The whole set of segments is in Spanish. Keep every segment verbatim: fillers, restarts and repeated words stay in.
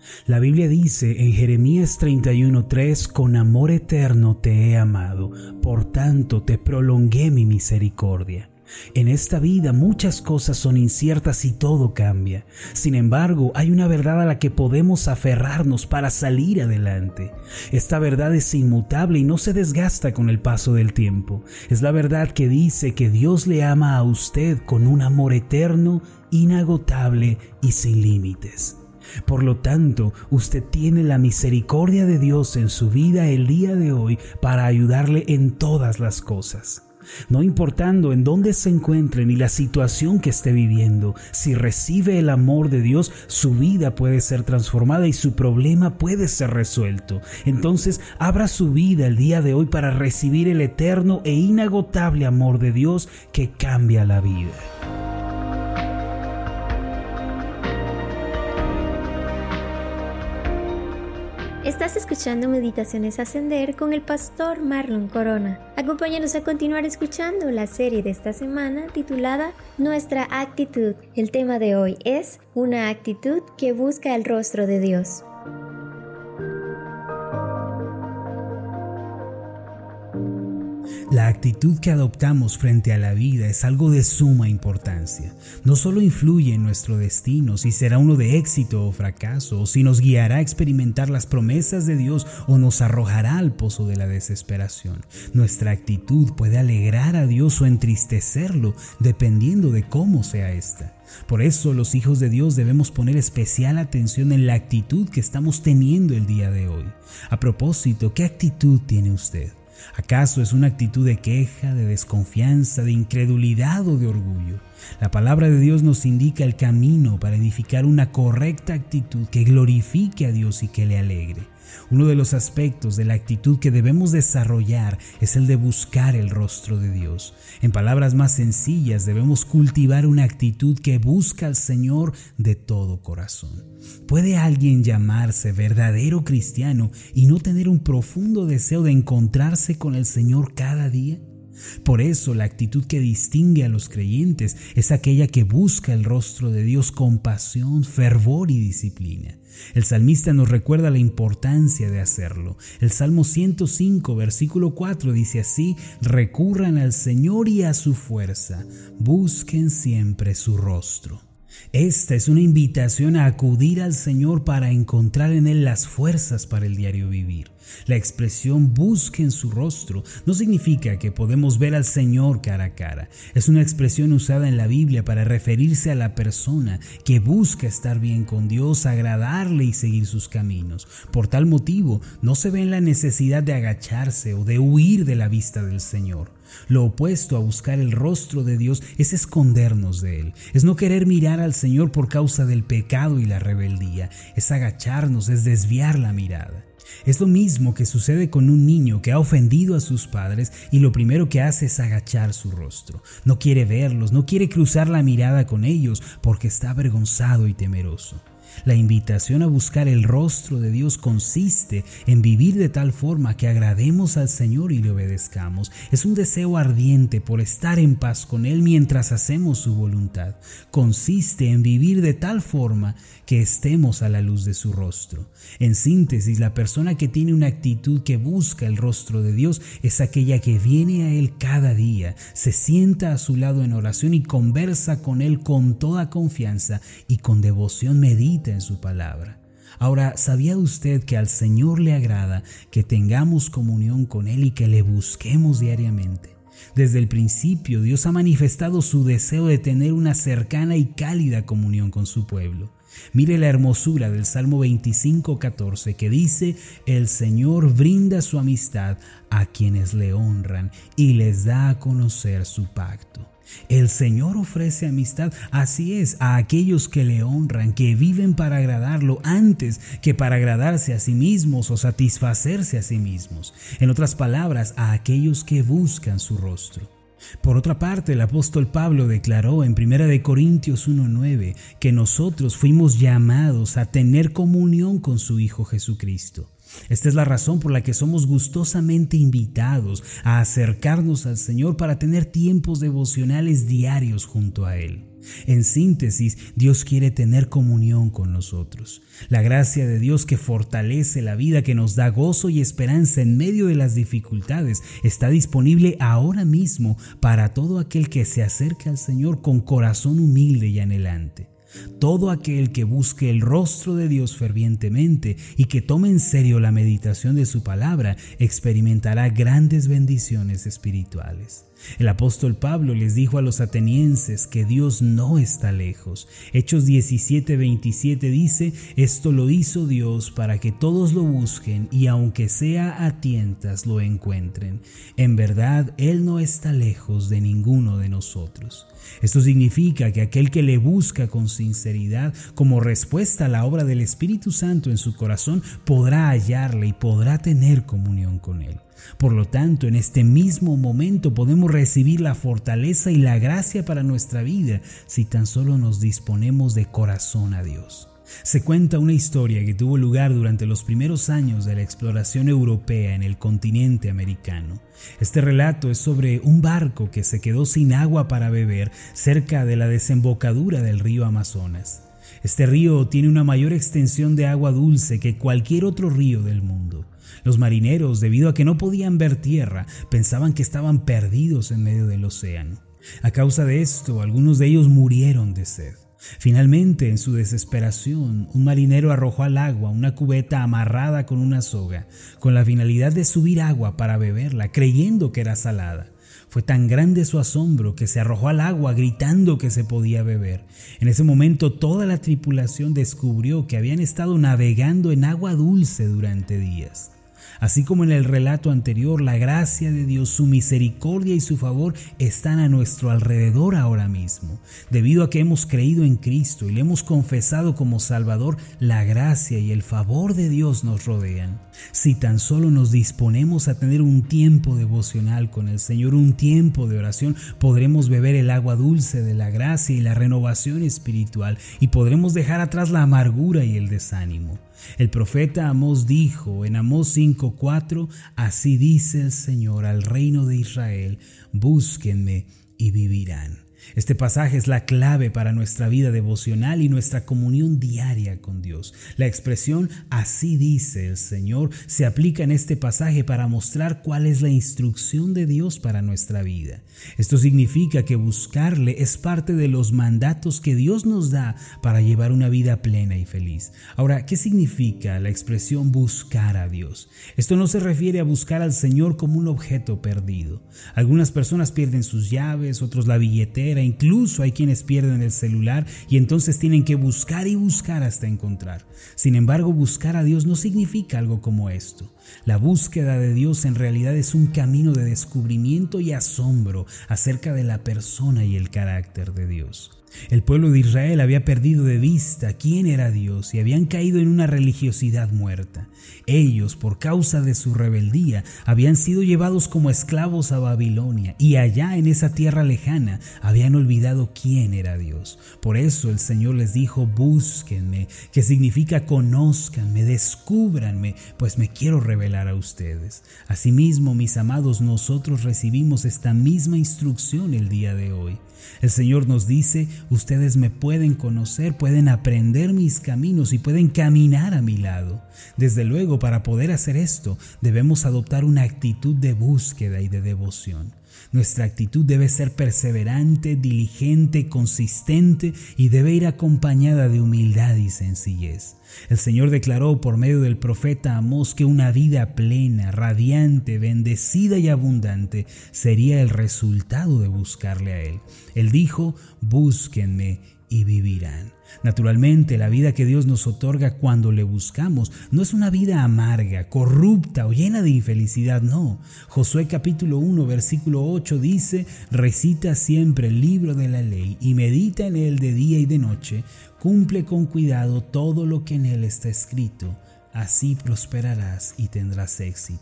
La Biblia dice en Jeremías treinta y uno tres: con amor eterno te he amado, por tanto te prolongué mi misericordia. En esta vida muchas cosas son inciertas y todo cambia. Sin embargo, hay una verdad a la que podemos aferrarnos para salir adelante. Esta verdad es inmutable y no se desgasta con el paso del tiempo. Es la verdad que dice que Dios le ama a usted con un amor eterno, inagotable y sin límites. Por lo tanto, usted tiene la misericordia de Dios en su vida el día de hoy para ayudarle en todas las cosas. No importando en dónde se encuentre ni la situación que esté viviendo, si recibe el amor de Dios, su vida puede ser transformada y su problema puede ser resuelto. Entonces, abra su vida el día de hoy para recibir el eterno e inagotable amor de Dios que cambia la vida. Estás escuchando Meditaciones Ascender con el pastor Marlon Corona. Acompáñanos a continuar escuchando la serie de esta semana titulada Nuestra Actitud. El tema de hoy es una actitud que busca el rostro de Dios. La actitud que adoptamos frente a la vida es algo de suma importancia. No solo influye en nuestro destino, si será uno de éxito o fracaso, o si nos guiará a experimentar las promesas de Dios o nos arrojará al pozo de la desesperación. Nuestra actitud puede alegrar a Dios o entristecerlo, dependiendo de cómo sea esta. Por eso los hijos de Dios debemos poner especial atención en la actitud que estamos teniendo el día de hoy. A propósito, ¿qué actitud tiene usted? ¿Acaso es una actitud de queja, de desconfianza, de incredulidad o de orgullo? La palabra de Dios nos indica el camino para edificar una correcta actitud que glorifique a Dios y que le alegre. Uno de los aspectos de la actitud que debemos desarrollar es el de buscar el rostro de Dios. En palabras más sencillas, debemos cultivar una actitud que busca al Señor de todo corazón. ¿Puede alguien llamarse verdadero cristiano y no tener un profundo deseo de encontrarse con el Señor cada día? Por eso la actitud que distingue a los creyentes es aquella que busca el rostro de Dios con pasión, fervor y disciplina. El salmista nos recuerda la importancia de hacerlo. El Salmo ciento cinco, versículo cuatro dice así: recurran al Señor y a su fuerza, busquen siempre su rostro. Esta es una invitación a acudir al Señor para encontrar en Él las fuerzas para el diario vivir. La expresión busquen su rostro no significa que podemos ver al Señor cara a cara. Es una expresión usada en la Biblia para referirse a la persona que busca estar bien con Dios, agradarle y seguir sus caminos. Por tal motivo, no se ve en la necesidad de agacharse o de huir de la vista del Señor. Lo opuesto a buscar el rostro de Dios es escondernos de Él. Es no querer mirar al Señor por causa del pecado y la rebeldía. Es agacharnos, es desviar la mirada. Es lo mismo que sucede con un niño que ha ofendido a sus padres y lo primero que hace es agachar su rostro. No quiere verlos, no quiere cruzar la mirada con ellos porque está avergonzado y temeroso. La invitación a buscar el rostro de Dios consiste en vivir de tal forma que agrademos al Señor y le obedezcamos. Es un deseo ardiente por estar en paz con Él mientras hacemos su voluntad. Consiste en vivir de tal forma que estemos a la luz de su rostro. En síntesis, la persona que tiene una actitud que busca el rostro de Dios es aquella que viene a Él cada día, se sienta a su lado en oración y conversa con Él con toda confianza y con devoción medita en su palabra. Ahora, ¿sabía usted que al Señor le agrada que tengamos comunión con Él y que le busquemos diariamente? Desde el principio, Dios ha manifestado su deseo de tener una cercana y cálida comunión con su pueblo. Mire la hermosura del Salmo veinticinco, catorce, que dice: el Señor brinda su amistad a quienes le honran y les da a conocer su pacto. El Señor ofrece amistad, así es, a aquellos que le honran, que viven para agradarlo antes que para agradarse a sí mismos o satisfacerse a sí mismos. En otras palabras, a aquellos que buscan su rostro. Por otra parte, el apóstol Pablo declaró en primera de Corintios uno nueve que nosotros fuimos llamados a tener comunión con su Hijo Jesucristo. Esta es la razón por la que somos gustosamente invitados a acercarnos al Señor para tener tiempos devocionales diarios junto a Él. En síntesis, Dios quiere tener comunión con nosotros. La gracia de Dios que fortalece la vida, que nos da gozo y esperanza en medio de las dificultades, está disponible ahora mismo para todo aquel que se acerca al Señor con corazón humilde y anhelante. Todo aquel que busque el rostro de Dios fervientemente y que tome en serio la meditación de su palabra, experimentará grandes bendiciones espirituales. El apóstol Pablo les dijo a los atenienses que Dios no está lejos. Hechos diecisiete veintisiete dice: esto lo hizo Dios para que todos lo busquen y aunque sea a tientas lo encuentren. En verdad, Él no está lejos de ninguno de nosotros. Esto significa que aquel que le busca con sinceridad, como respuesta a la obra del Espíritu Santo en su corazón, podrá hallarle y podrá tener comunión con Él. Por lo tanto, en este mismo momento podemos recibir la fortaleza y la gracia para nuestra vida si tan solo nos disponemos de corazón a Dios. Se cuenta una historia que tuvo lugar durante los primeros años de la exploración europea en el continente americano. Este relato es sobre un barco que se quedó sin agua para beber cerca de la desembocadura del río Amazonas. Este río tiene una mayor extensión de agua dulce que cualquier otro río del mundo. Los marineros, debido a que no podían ver tierra, pensaban que estaban perdidos en medio del océano. A causa de esto, algunos de ellos murieron de sed. Finalmente, en su desesperación, un marinero arrojó al agua una cubeta amarrada con una soga, con la finalidad de subir agua para beberla, creyendo que era salada. Fue tan grande su asombro que se arrojó al agua gritando que se podía beber. En ese momento toda la tripulación descubrió que habían estado navegando en agua dulce durante días. Así como en el relato anterior, la gracia de Dios, su misericordia y su favor están a nuestro alrededor ahora mismo. Debido a que hemos creído en Cristo y le hemos confesado como Salvador, la gracia y el favor de Dios nos rodean. Si tan solo nos disponemos a tener un tiempo devocional con el Señor, un tiempo de oración, podremos beber el agua dulce de la gracia y la renovación espiritual y podremos dejar atrás la amargura y el desánimo. El profeta Amós dijo en Amós cinco cuatro: así dice el Señor al reino de Israel, búsquenme y vivirán. Este pasaje es la clave para nuestra vida devocional y nuestra comunión diaria con Dios. La expresión así dice el Señor se aplica en este pasaje para mostrar cuál es la instrucción de Dios para nuestra vida. Esto significa que buscarle es parte de los mandatos que Dios nos da para llevar una vida plena y feliz. Ahora, ¿qué significa la expresión buscar a Dios? Esto no se refiere a buscar al Señor como un objeto perdido. Algunas personas pierden sus llaves, otros la billetera, incluso hay quienes pierden el celular y entonces tienen que buscar y buscar hasta encontrar. Sin embargo, buscar a Dios no significa algo como esto. La búsqueda de Dios en realidad es un camino de descubrimiento y asombro acerca de la persona y el carácter de Dios. El pueblo de Israel había perdido de vista quién era Dios y habían caído en una religiosidad muerta. Ellos, por causa de su rebeldía, habían sido llevados como esclavos a Babilonia y allá en esa tierra lejana habían olvidado quién era Dios. Por eso el Señor les dijo: búsquenme, que significa conózcanme, descúbranme, pues me quiero revelar a ustedes. Asimismo, mis amados, nosotros recibimos esta misma instrucción el día de hoy. El Señor nos dice: ustedes me pueden conocer, pueden aprender mis caminos y pueden caminar a mi lado. Desde luego, para poder hacer esto, debemos adoptar una actitud de búsqueda y de devoción. Nuestra actitud debe ser perseverante, diligente, consistente y debe ir acompañada de humildad y sencillez. El Señor declaró por medio del profeta Amós que una vida plena, radiante, bendecida y abundante sería el resultado de buscarle a Él. Él dijo: búsquenme y vivirán. Naturalmente, la vida que Dios nos otorga cuando le buscamos no es una vida amarga, corrupta o llena de infelicidad, no. Josué capítulo uno versículo ocho dice: recita siempre el libro de la ley y medita en él de día y de noche, cumple con cuidado todo lo que en él está escrito, así prosperarás y tendrás éxito.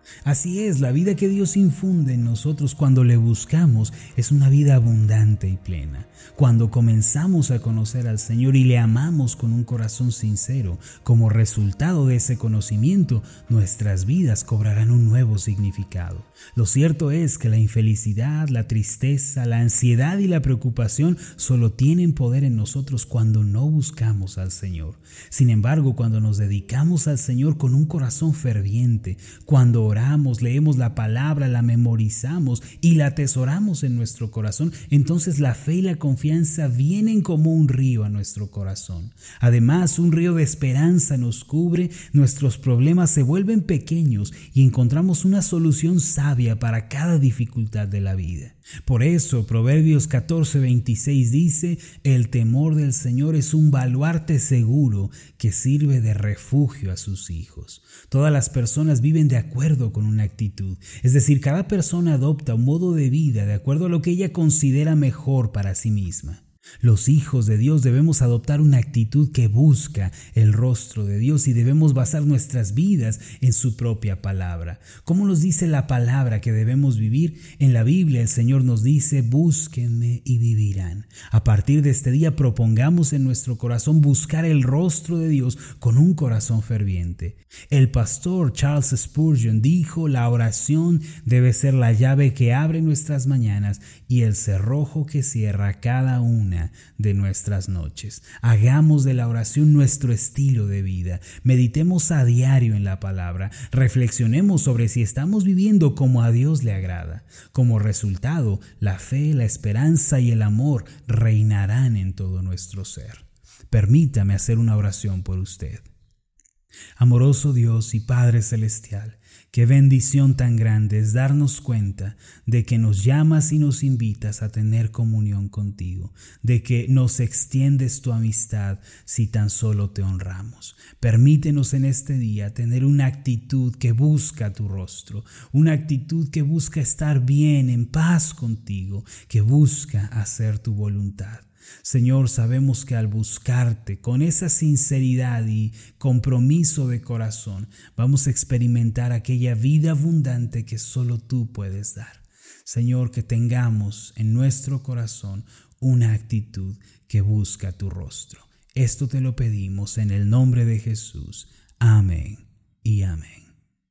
Así es, la vida que Dios infunde en nosotros cuando le buscamos es una vida abundante y plena. Cuando comenzamos a conocer al Señor y le amamos con un corazón sincero, como resultado de ese conocimiento, nuestras vidas cobrarán un nuevo significado. Lo cierto es que la infelicidad, la tristeza, la ansiedad y la preocupación solo tienen poder en nosotros cuando no buscamos al Señor. Sin embargo, cuando nos dedicamos al Señor con un corazón ferviente, cuando oramos, leemos la palabra, la memorizamos y la atesoramos en nuestro corazón, entonces la fe y la confianza vienen como un río a nuestro corazón. Además, un río de esperanza nos cubre, nuestros problemas se vuelven pequeños y encontramos una solución sabia para cada dificultad de la vida. Por eso, Proverbios catorce veintiséis dice: el temor del Señor es un baluarte seguro que sirve de refugio a sus hijos. Todas las personas viven de acuerdo con una actitud, es decir, cada persona adopta un modo de vida de acuerdo a lo que ella considera mejor para sí misma. Los hijos de Dios debemos adoptar una actitud que busca el rostro de Dios y debemos basar nuestras vidas en su propia palabra. ¿Cómo nos dice la palabra que debemos vivir? En la Biblia el Señor nos dice: búsquenme y vivirán. A partir de este día propongamos en nuestro corazón buscar el rostro de Dios con un corazón ferviente. El pastor Charles Spurgeon dijo: la oración debe ser la llave que abre nuestras mañanas y el cerrojo que cierra cada una de nuestras noches. Hagamos de la oración nuestro estilo de vida. Meditemos a diario en la palabra. Reflexionemos sobre si estamos viviendo como a Dios le agrada. Como resultado, la fe, la esperanza y el amor reinarán en todo nuestro ser. Permítame hacer una oración por usted. Amoroso Dios y Padre Celestial, qué bendición tan grande es darnos cuenta de que nos llamas y nos invitas a tener comunión contigo, de que nos extiendes tu amistad si tan solo te honramos. Permítenos en este día tener una actitud que busca tu rostro, una actitud que busca estar bien, en paz contigo, que busca hacer tu voluntad. Señor, sabemos que al buscarte con esa sinceridad y compromiso de corazón, vamos a experimentar aquella vida abundante que solo tú puedes dar. Señor, que tengamos en nuestro corazón una actitud que busca tu rostro. Esto te lo pedimos en el nombre de Jesús. Amén y amén.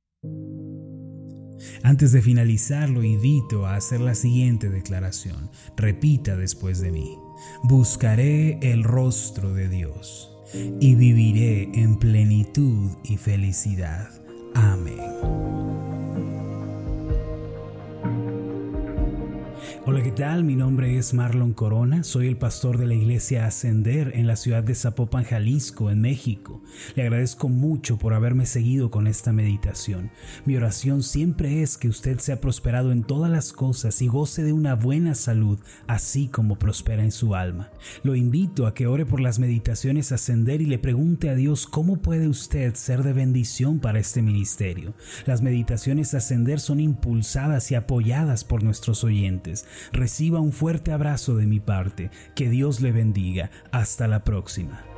Antes de finalizar, lo invito a hacer la siguiente declaración. Repita después de mí: buscaré el rostro de Dios y viviré en plenitud y felicidad. Amén. Hola, ¿qué tal? Mi nombre es Marlon Corona, soy el pastor de la iglesia Ascender en la ciudad de Zapopan, Jalisco, en México. Le agradezco mucho por haberme seguido con esta meditación. Mi oración siempre es que usted sea prosperado en todas las cosas y goce de una buena salud, así como prospera en su alma. Lo invito a que ore por las meditaciones Ascender y le pregunte a Dios cómo puede usted ser de bendición para este ministerio. Las meditaciones Ascender son impulsadas y apoyadas por nuestros oyentes. Reciba un fuerte abrazo de mi parte. Que Dios le bendiga. Hasta la próxima.